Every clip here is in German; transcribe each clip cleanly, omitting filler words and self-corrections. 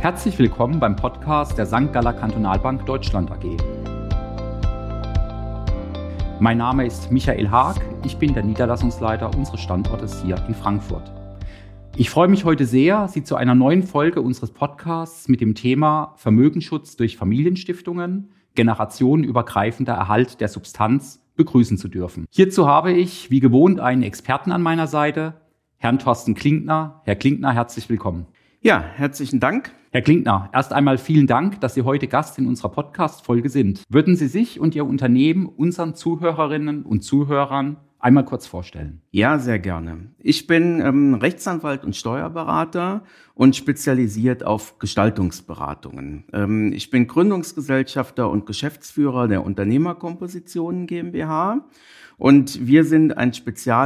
Herzlich willkommen beim Podcast der St. Galler Kantonalbank Deutschland AG. Mein Name ist Michael Haag, ich bin der Niederlassungsleiter unseres Standortes hier in Frankfurt. Ich freue mich heute sehr, Sie zu einer neuen Folge unseres Podcasts mit dem Thema Vermögensschutz durch Familienstiftungen, generationenübergreifender Erhalt der Substanz begrüßen zu dürfen. Hierzu habe ich, wie gewohnt, einen Experten an meiner Seite, Herrn Thorsten Klinkner. Herr Klinkner, herzlich willkommen. Ja, herzlichen Dank. Herr Klinkner, erst einmal vielen Dank, dass Sie heute Gast in unserer Podcast-Folge sind. Würden Sie sich und Ihr Unternehmen unseren Zuhörerinnen und Zuhörern einmal kurz vorstellen? Ja, sehr gerne. Ich bin Rechtsanwalt und Steuerberater und spezialisiert auf Gestaltungsberatungen. Ich bin Gründungsgesellschafter und Geschäftsführer der Unternehmerkompositionen GmbH. Und wir sind ein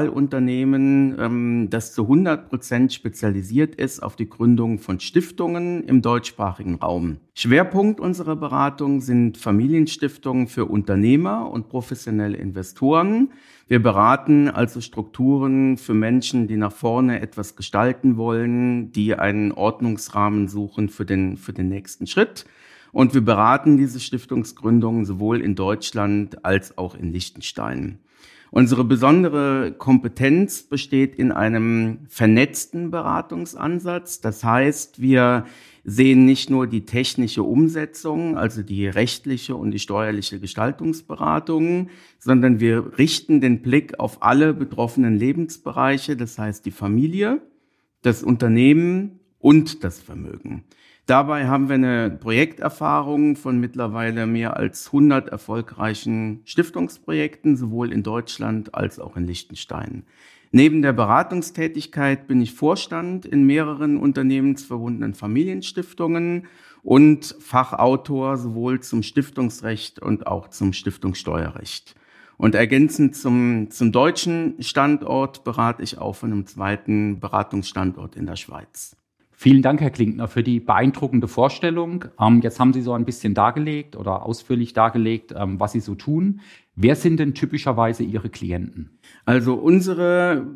Spezialunternehmen, das zu 100% spezialisiert ist auf die Gründung von Stiftungen im deutschsprachigen Raum. Schwerpunkt unserer Beratung sind Familienstiftungen für Unternehmer und professionelle Investoren. Wir beraten also Strukturen für Menschen, die nach vorne etwas gestalten wollen, die einen Ordnungsrahmen suchen für den nächsten Schritt. Und wir beraten diese Stiftungsgründungen sowohl in Deutschland als auch in Liechtenstein. Unsere besondere Kompetenz besteht in einem vernetzten Beratungsansatz. Das heißt, wir sehen nicht nur die technische Umsetzung, also die rechtliche und die steuerliche Gestaltungsberatung, sondern wir richten den Blick auf alle betroffenen Lebensbereiche, das heißt die Familie, das Unternehmen und das Vermögen. Dabei haben wir eine Projekterfahrung von mittlerweile mehr als 100 erfolgreichen Stiftungsprojekten, sowohl in Deutschland als auch in Liechtenstein. Neben der Beratungstätigkeit bin ich Vorstand in mehreren unternehmensverbundenen Familienstiftungen und Fachautor sowohl zum Stiftungsrecht und auch zum Stiftungssteuerrecht. Und ergänzend zum deutschen Standort berate ich auch von einem zweiten Beratungsstandort in der Schweiz. Vielen Dank, Herr Klinkner, für die beeindruckende Vorstellung. Jetzt haben Sie so ein bisschen dargelegt oder ausführlich dargelegt, was Sie so tun. Wer sind denn typischerweise Ihre Klienten? Also unsere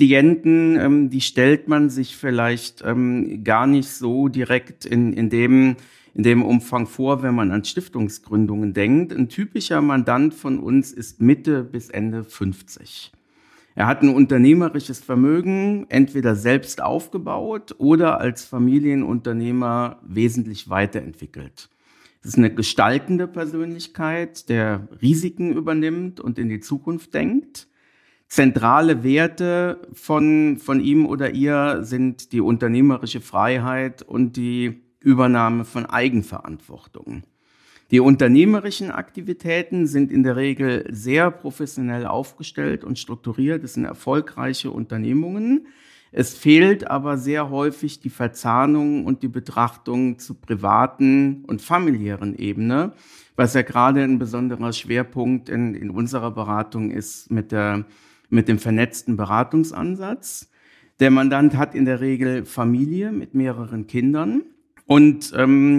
Klienten, die stellt man sich vielleicht gar nicht so direkt in dem Umfang vor, wenn man an Stiftungsgründungen denkt. Ein typischer Mandant von uns ist Mitte bis Ende 50. Er hat ein unternehmerisches Vermögen entweder selbst aufgebaut oder als Familienunternehmer wesentlich weiterentwickelt. Es ist eine gestaltende Persönlichkeit, der Risiken übernimmt und in die Zukunft denkt. Zentrale Werte von ihm oder ihr sind die unternehmerische Freiheit und die Übernahme von Eigenverantwortung. Die unternehmerischen Aktivitäten sind in der Regel sehr professionell aufgestellt und strukturiert. Es sind erfolgreiche Unternehmungen. Es fehlt aber sehr häufig die Verzahnung und die Betrachtung zur privaten und familiären Ebene, was ja gerade ein besonderer Schwerpunkt in unserer Beratung ist mit dem vernetzten Beratungsansatz. Der Mandant hat in der Regel Familie mit mehreren Kindern und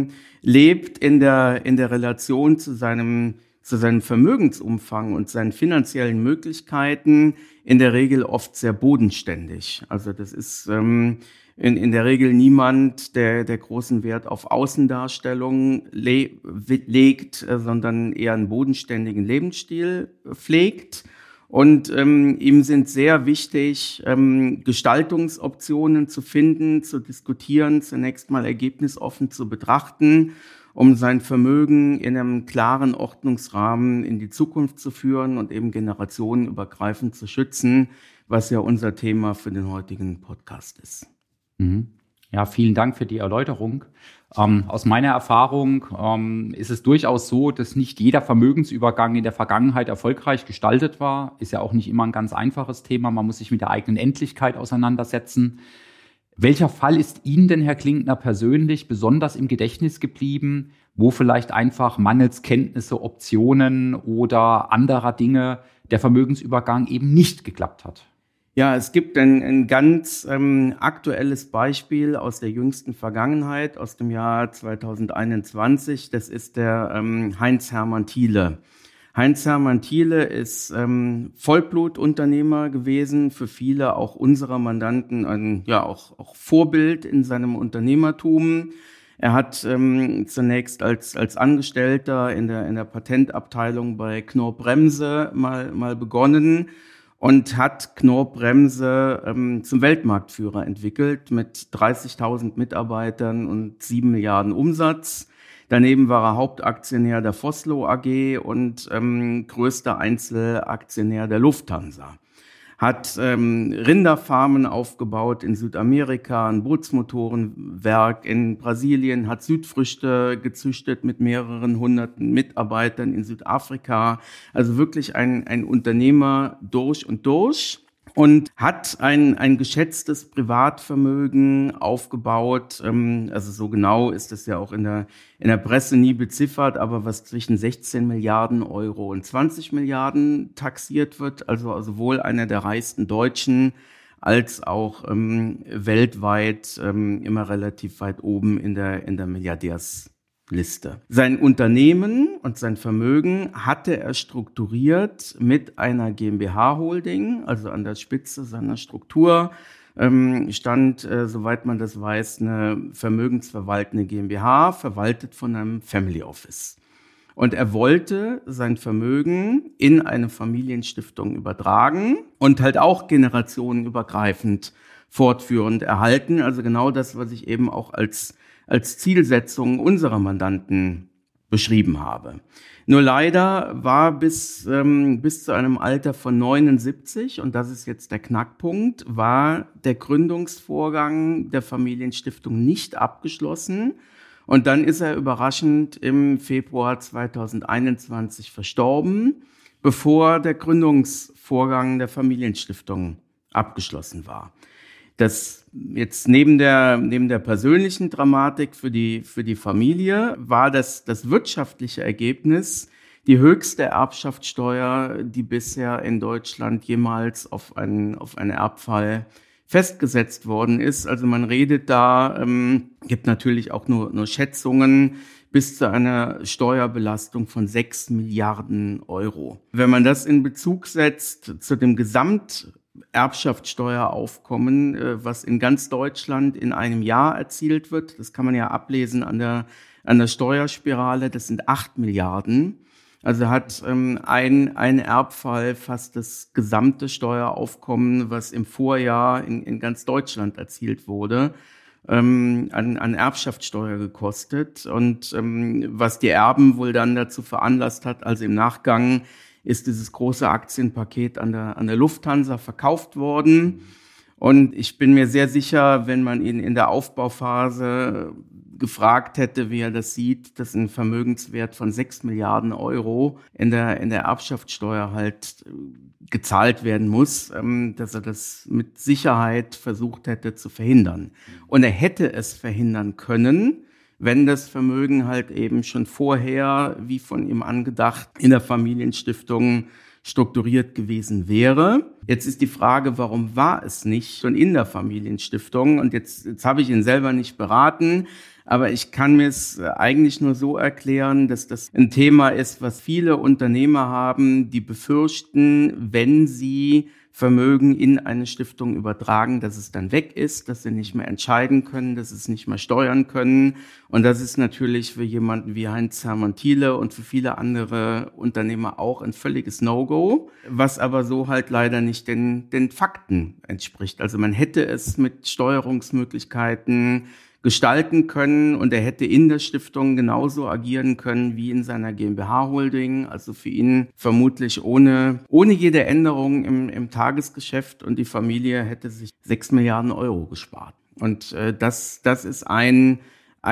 lebt in der Relation zu seinem Vermögensumfang und seinen finanziellen Möglichkeiten in der Regel oft sehr bodenständig. Also das ist in der Regel niemand, der großen Wert auf Außendarstellung legt, sondern eher einen bodenständigen Lebensstil pflegt. Und ihm sind sehr wichtig, Gestaltungsoptionen zu finden, zu diskutieren, zunächst mal ergebnisoffen zu betrachten, um sein Vermögen in einem klaren Ordnungsrahmen in die Zukunft zu führen und eben generationenübergreifend zu schützen, was ja unser Thema für den heutigen Podcast ist. Ja, vielen Dank für die Erläuterung. Aus meiner Erfahrung ist es durchaus so, dass nicht jeder Vermögensübergang in der Vergangenheit erfolgreich gestaltet war. Ist ja auch nicht immer ein ganz einfaches Thema. Man muss sich mit der eigenen Endlichkeit auseinandersetzen. Welcher Fall ist Ihnen denn, Herr Klinkner, persönlich besonders im Gedächtnis geblieben, wo vielleicht einfach mangels Kenntnisse, Optionen oder anderer Dinge der Vermögensübergang eben nicht geklappt hat? Ja, es gibt ein ganz aktuelles Beispiel aus der jüngsten Vergangenheit, aus dem Jahr 2021. Das ist der Heinz-Hermann Thiele. Heinz-Hermann Thiele ist Vollblutunternehmer gewesen, für viele auch unserer Mandanten ein auch Vorbild in seinem Unternehmertum. Er hat zunächst als Angestellter in der Patentabteilung bei Knorr-Bremse mal begonnen und hat Knorr-Bremse zum Weltmarktführer entwickelt mit 30.000 Mitarbeitern und 7 Milliarden Umsatz. Daneben war er Hauptaktionär der Vossloh AG und größter Einzelaktionär der Lufthansa. Hat Rinderfarmen aufgebaut in Südamerika, ein Bootsmotorenwerk in Brasilien, hat Südfrüchte gezüchtet mit mehreren hunderten Mitarbeitern in Südafrika. Also wirklich ein Unternehmer durch und durch. Und hat ein geschätztes Privatvermögen aufgebaut. Also so genau ist es ja auch in der Presse nie beziffert, aber was zwischen 16 Milliarden Euro und 20 Milliarden taxiert wird. Also sowohl einer der reichsten Deutschen als auch weltweit immer relativ weit oben in der Milliardärsliste. Sein Unternehmen und sein Vermögen hatte er strukturiert mit einer GmbH-Holding, also an der Spitze seiner Struktur stand, soweit man das weiß, eine vermögensverwaltende GmbH, verwaltet von einem Family Office. Und er wollte sein Vermögen in eine Familienstiftung übertragen und halt auch generationenübergreifend fortführend erhalten. Also genau das, was ich eben auch als Zielsetzung unserer Mandanten beschrieben habe. Nur leider war bis zu einem Alter von 79, und das ist jetzt der Knackpunkt, war der Gründungsvorgang der Familienstiftung nicht abgeschlossen. Und dann ist er überraschend im Februar 2021 verstorben, bevor der Gründungsvorgang der Familienstiftung abgeschlossen war. Das jetzt neben der persönlichen Dramatik für die Familie war das wirtschaftliche Ergebnis die höchste Erbschaftssteuer, die bisher in Deutschland jemals auf einen Erbfall festgesetzt worden ist. Also man redet da, gibt natürlich auch nur Schätzungen, bis zu einer Steuerbelastung von 6 Milliarden Euro. Wenn man das in Bezug setzt zu dem Gesamterbschaftssteueraufkommen, was in ganz Deutschland in einem Jahr erzielt wird, das kann man ja ablesen an der Steuerspirale, das sind 8 Milliarden. Also hat ein Erbfall fast das gesamte Steueraufkommen, was im Vorjahr in ganz Deutschland erzielt wurde, an Erbschaftssteuer gekostet. Und was die Erben wohl dann dazu veranlasst hat, also im Nachgang ist dieses große Aktienpaket an der Lufthansa verkauft worden. Und ich bin mir sehr sicher, wenn man ihn in der Aufbauphase gefragt hätte, wie er das sieht, dass ein Vermögenswert von 6 Milliarden Euro in der Erbschaftssteuer halt gezahlt werden muss, dass er das mit Sicherheit versucht hätte zu verhindern. Und er hätte es verhindern können, wenn das Vermögen halt eben schon vorher, wie von ihm angedacht, in der Familienstiftung strukturiert gewesen wäre. Jetzt ist die Frage, warum war es nicht schon in der Familienstiftung? Und jetzt habe ich ihn selber nicht beraten, aber ich kann mir es eigentlich nur so erklären, dass das ein Thema ist, was viele Unternehmer haben, die befürchten, wenn sie Vermögen in eine Stiftung übertragen, dass es dann weg ist, dass sie nicht mehr entscheiden können, dass sie es nicht mehr steuern können. Und das ist natürlich für jemanden wie Heinz-Hermann Thiele und für viele andere Unternehmer auch ein völliges No-Go, was aber so halt leider nicht den Fakten entspricht. Also man hätte es mit Steuerungsmöglichkeiten gestalten können und er hätte in der Stiftung genauso agieren können wie in seiner GmbH-Holding. Also für ihn vermutlich ohne jede Änderung im Tagesgeschäft, und die Familie hätte sich 6 Milliarden Euro gespart. Und das ist ein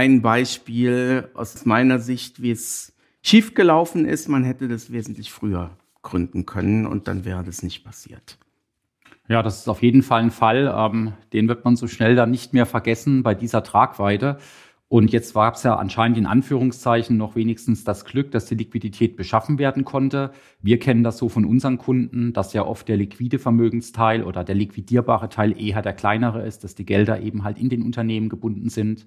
Beispiel aus meiner Sicht, wie es schiefgelaufen ist. Man hätte das wesentlich früher gründen können und dann wäre das nicht passiert. Ja, das ist auf jeden Fall ein Fall, den wird man so schnell dann nicht mehr vergessen bei dieser Tragweite. Und jetzt gab es ja anscheinend in Anführungszeichen noch wenigstens das Glück, dass die Liquidität beschaffen werden konnte. Wir kennen das so von unseren Kunden, dass ja oft der liquide Vermögensteil oder der liquidierbare Teil eher der kleinere ist, dass die Gelder eben halt in den Unternehmen gebunden sind.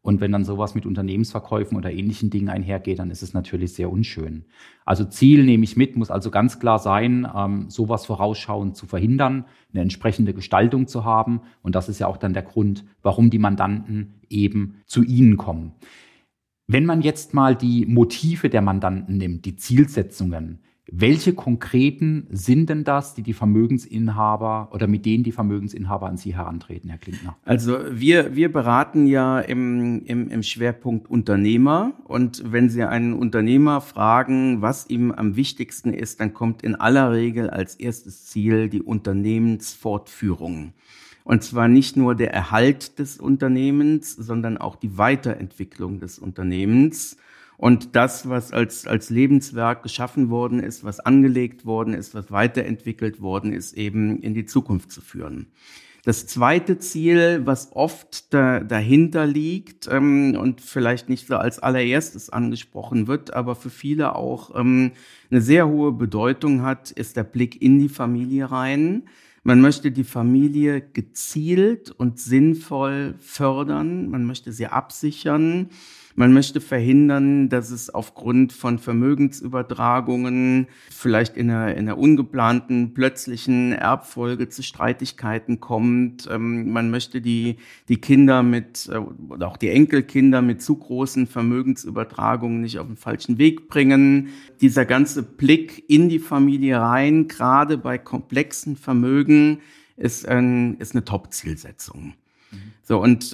Und wenn dann sowas mit Unternehmensverkäufen oder ähnlichen Dingen einhergeht, dann ist es natürlich sehr unschön. Also Ziel nehme ich mit, muss also ganz klar sein, sowas vorausschauend zu verhindern, eine entsprechende Gestaltung zu haben. Und das ist ja auch dann der Grund, warum die Mandanten eben zu Ihnen kommen. Wenn man jetzt mal die Motive der Mandanten nimmt, die Zielsetzungen, welche konkreten sind denn das, die Vermögensinhaber oder mit denen die Vermögensinhaber an Sie herantreten, Herr Klinkner? Also wir beraten ja im Schwerpunkt Unternehmer. Und wenn Sie einen Unternehmer fragen, was ihm am wichtigsten ist, dann kommt in aller Regel als erstes Ziel die Unternehmensfortführung. Und zwar nicht nur der Erhalt des Unternehmens, sondern auch die Weiterentwicklung des Unternehmens. Und das, was als Lebenswerk geschaffen worden ist, was angelegt worden ist, was weiterentwickelt worden ist, eben in die Zukunft zu führen. Das zweite Ziel, was oft dahinter liegt und vielleicht nicht so als allererstes angesprochen wird, aber für viele auch eine sehr hohe Bedeutung hat, ist der Blick in die Familie rein. Man möchte die Familie gezielt und sinnvoll fördern. Man möchte sie absichern. Man möchte verhindern, dass es aufgrund von Vermögensübertragungen vielleicht in einer ungeplanten, plötzlichen Erbfolge zu Streitigkeiten kommt. Man möchte die Kinder oder auch die Enkelkinder mit zu großen Vermögensübertragungen nicht auf den falschen Weg bringen. Dieser ganze Blick in die Familie rein, gerade bei komplexen Vermögen, ist eine Top-Zielsetzung. So, und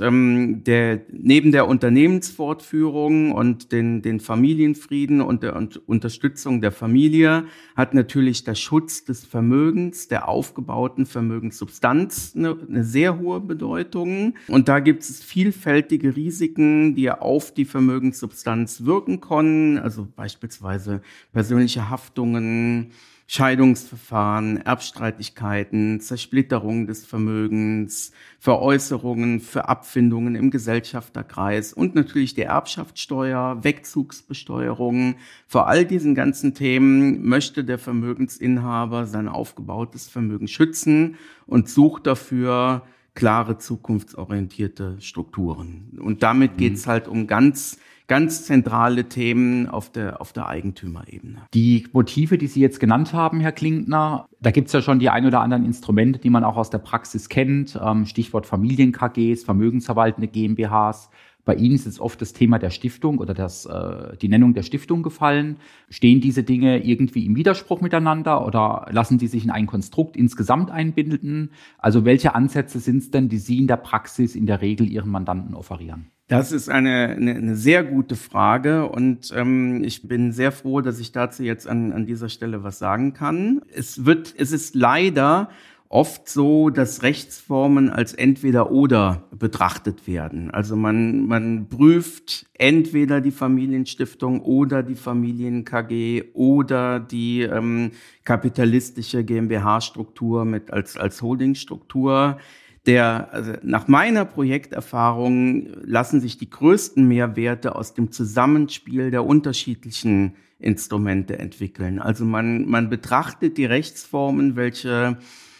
neben der Unternehmensfortführung und den Familienfrieden und der Unterstützung der Familie hat natürlich der Schutz des Vermögens, der aufgebauten Vermögenssubstanz eine sehr hohe Bedeutung. Und da gibt es vielfältige Risiken, die auf die Vermögenssubstanz wirken können, also beispielsweise persönliche Haftungen, Scheidungsverfahren, Erbstreitigkeiten, Zersplitterung des Vermögens, Veräußerungen für Abfindungen im Gesellschafterkreis und natürlich die Erbschaftssteuer, Wegzugsbesteuerung. Vor all diesen ganzen Themen möchte der Vermögensinhaber sein aufgebautes Vermögen schützen und sucht dafür klare, zukunftsorientierte Strukturen. Und damit geht's halt um ganz zentrale Themen auf der Eigentümerebene. Die Motive, die Sie jetzt genannt haben, Herr Klinkner, da gibt es ja schon die ein oder anderen Instrumente, die man auch aus der Praxis kennt. Stichwort Familien-KGs, vermögensverwaltende GmbHs. Bei Ihnen ist jetzt oft das Thema der Stiftung oder die Nennung der Stiftung gefallen. Stehen diese Dinge irgendwie im Widerspruch miteinander oder lassen die sich in ein Konstrukt insgesamt einbinden? Also welche Ansätze sind es denn, die Sie in der Praxis in der Regel Ihren Mandanten offerieren? Das ist eine sehr gute Frage und ich bin sehr froh, dass ich dazu jetzt an dieser Stelle was sagen kann. Es ist leider oft so, dass Rechtsformen als Entweder-Oder betrachtet werden. Also man prüft entweder die Familienstiftung oder die Familien-KG oder die kapitalistische GmbH-Struktur als Holdingstruktur. Also nach meiner Projekterfahrung lassen sich die größten Mehrwerte aus dem Zusammenspiel der unterschiedlichen Instrumente entwickeln. Also man betrachtet die Rechtsformen, welche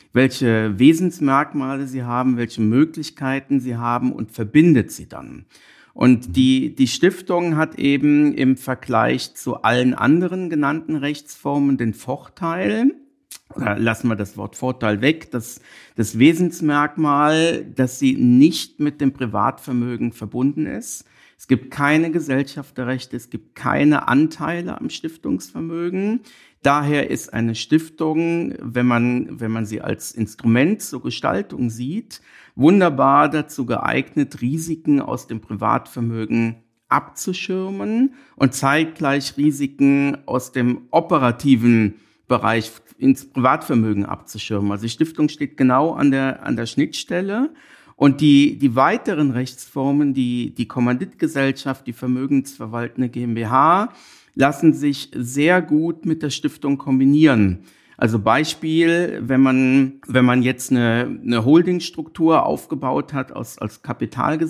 Wesensmerkmale sie haben, welche Möglichkeiten sie haben und verbindet sie dann. Und die Stiftung hat eben im Vergleich zu allen anderen genannten Rechtsformen den Vorteil, oder lassen wir das Wort Vorteil weg, das Wesensmerkmal, dass sie nicht mit dem Privatvermögen verbunden ist. Es gibt keine Gesellschafterrechte, es gibt keine Anteile am Stiftungsvermögen. Daher ist eine Stiftung, wenn man sie als Instrument zur Gestaltung sieht, wunderbar dazu geeignet, Risiken aus dem Privatvermögen abzuschirmen und zeitgleich Risiken aus dem operativen Bereich ins Privatvermögen abzuschirmen. Also die Stiftung steht genau an der Schnittstelle. Und die weiteren Rechtsformen, die Kommanditgesellschaft, die vermögensverwaltende GmbH, lassen sich sehr gut mit der Stiftung kombinieren. Also Beispiel, wenn man jetzt eine Holdingstruktur aufgebaut hat als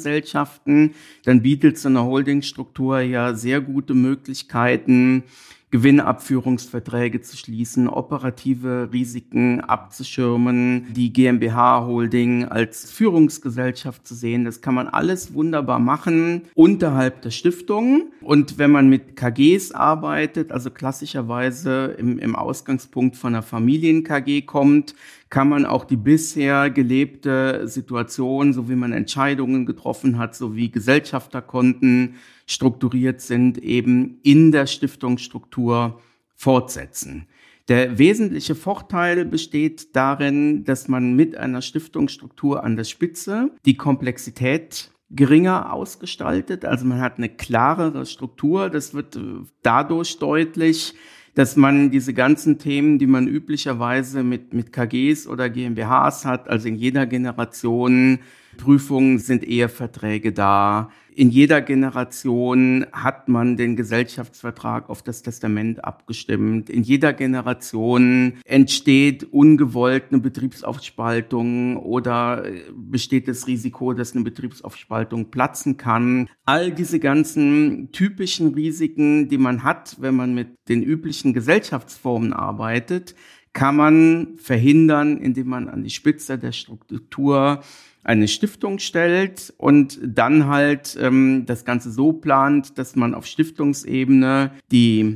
Kapitalgesellschaften, dann bietet so eine Holdingstruktur ja sehr gute Möglichkeiten, Gewinnabführungsverträge zu schließen, operative Risiken abzuschirmen, die GmbH-Holding als Führungsgesellschaft zu sehen. Das kann man alles wunderbar machen unterhalb der Stiftung. Und wenn man mit KGs arbeitet, also klassischerweise im Ausgangspunkt von einer Familien-KG kommt, kann man auch die bisher gelebte Situation, so wie man Entscheidungen getroffen hat, so wie Gesellschafterkonten strukturiert sind, eben in der Stiftungsstruktur fortsetzen. Der wesentliche Vorteil besteht darin, dass man mit einer Stiftungsstruktur an der Spitze die Komplexität geringer ausgestaltet. Also man hat eine klarere Struktur. Das wird dadurch deutlich, dass man diese ganzen Themen, die man üblicherweise mit KGs oder GmbHs hat, also in jeder Generation Prüfungen sind Eheverträge da. In jeder Generation hat man den Gesellschaftsvertrag auf das Testament abgestimmt. In jeder Generation entsteht ungewollt eine Betriebsaufspaltung oder besteht das Risiko, dass eine Betriebsaufspaltung platzen kann. All diese ganzen typischen Risiken, die man hat, wenn man mit den üblichen Gesellschaftsformen arbeitet, kann man verhindern, indem man an die Spitze der Struktur eine Stiftung stellt und dann halt das Ganze so plant, dass man auf Stiftungsebene die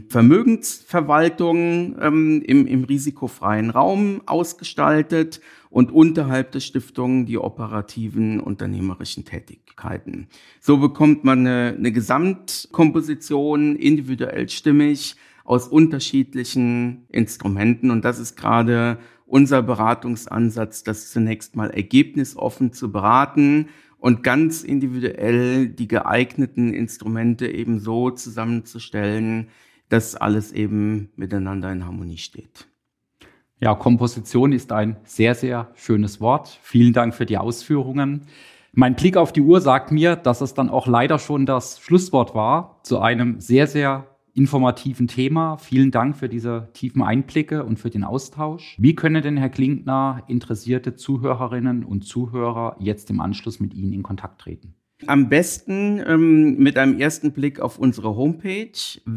Vermögensverwaltung im risikofreien Raum ausgestaltet und unterhalb der Stiftung die operativen unternehmerischen Tätigkeiten. So bekommt man eine Gesamtkomposition, individuell stimmig, aus unterschiedlichen Instrumenten, und das ist gerade unser Beratungsansatz, das zunächst mal ergebnisoffen zu beraten und ganz individuell die geeigneten Instrumente eben so zusammenzustellen, dass alles eben miteinander in Harmonie steht. Ja, Komposition ist ein sehr, sehr schönes Wort. Vielen Dank für die Ausführungen. Mein Blick auf die Uhr sagt mir, dass es dann auch leider schon das Schlusswort war zu einem sehr, sehr informativen Thema. Vielen Dank für diese tiefen Einblicke und für den Austausch. Wie können denn, Herr Klinkner, interessierte Zuhörerinnen und Zuhörer jetzt im Anschluss mit Ihnen in Kontakt treten? Am besten mit einem ersten Blick auf unsere Homepage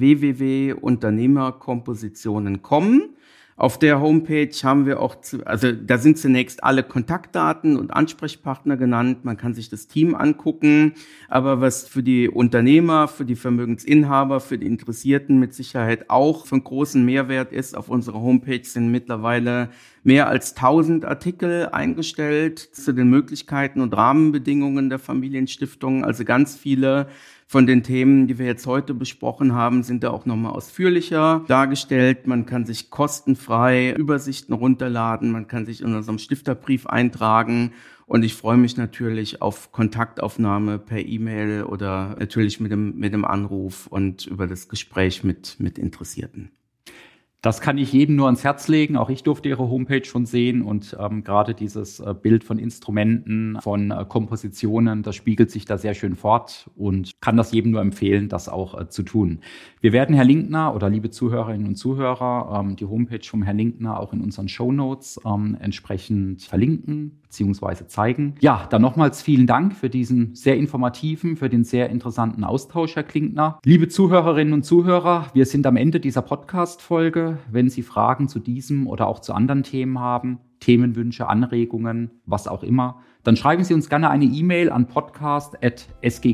www.unternehmerkompositionen.com. Auf der Homepage haben wir auch, da sind zunächst alle Kontaktdaten und Ansprechpartner genannt. Man kann sich das Team angucken. Aber was für die Unternehmer, für die Vermögensinhaber, für die Interessierten mit Sicherheit auch von großem Mehrwert ist, auf unserer Homepage sind mittlerweile mehr als 1000 Artikel eingestellt zu den Möglichkeiten und Rahmenbedingungen der Familienstiftung. Also ganz viele von den Themen, die wir jetzt heute besprochen haben, sind da auch nochmal ausführlicher dargestellt. Man kann sich kostenfrei Übersichten runterladen, man kann sich in unserem Stifterbrief eintragen und ich freue mich natürlich auf Kontaktaufnahme per E-Mail oder natürlich mit dem Anruf und über das Gespräch mit Interessierten. Das kann ich jedem nur ans Herz legen. Auch ich durfte Ihre Homepage schon sehen und gerade dieses Bild von Instrumenten, von Kompositionen, das spiegelt sich da sehr schön fort und kann das jedem nur empfehlen, das auch zu tun. Wir werden, Herr Linkner oder liebe Zuhörerinnen und Zuhörer, die Homepage vom Herrn Linkner auch in unseren Shownotes entsprechend verlinken bzw. zeigen. Ja, dann nochmals vielen Dank für diesen sehr informativen, für den sehr interessanten Austausch, Herr Klinkner. Liebe Zuhörerinnen und Zuhörer, wir sind am Ende dieser Podcast-Folge. Wenn Sie Fragen zu diesem oder auch zu anderen Themen haben, Themenwünsche, Anregungen, was auch immer, dann schreiben Sie uns gerne eine E-Mail an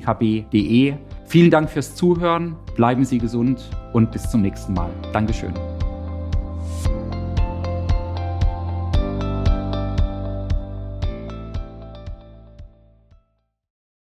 podcast@sgkb.de. Vielen Dank fürs Zuhören, bleiben Sie gesund und bis zum nächsten Mal. Dankeschön.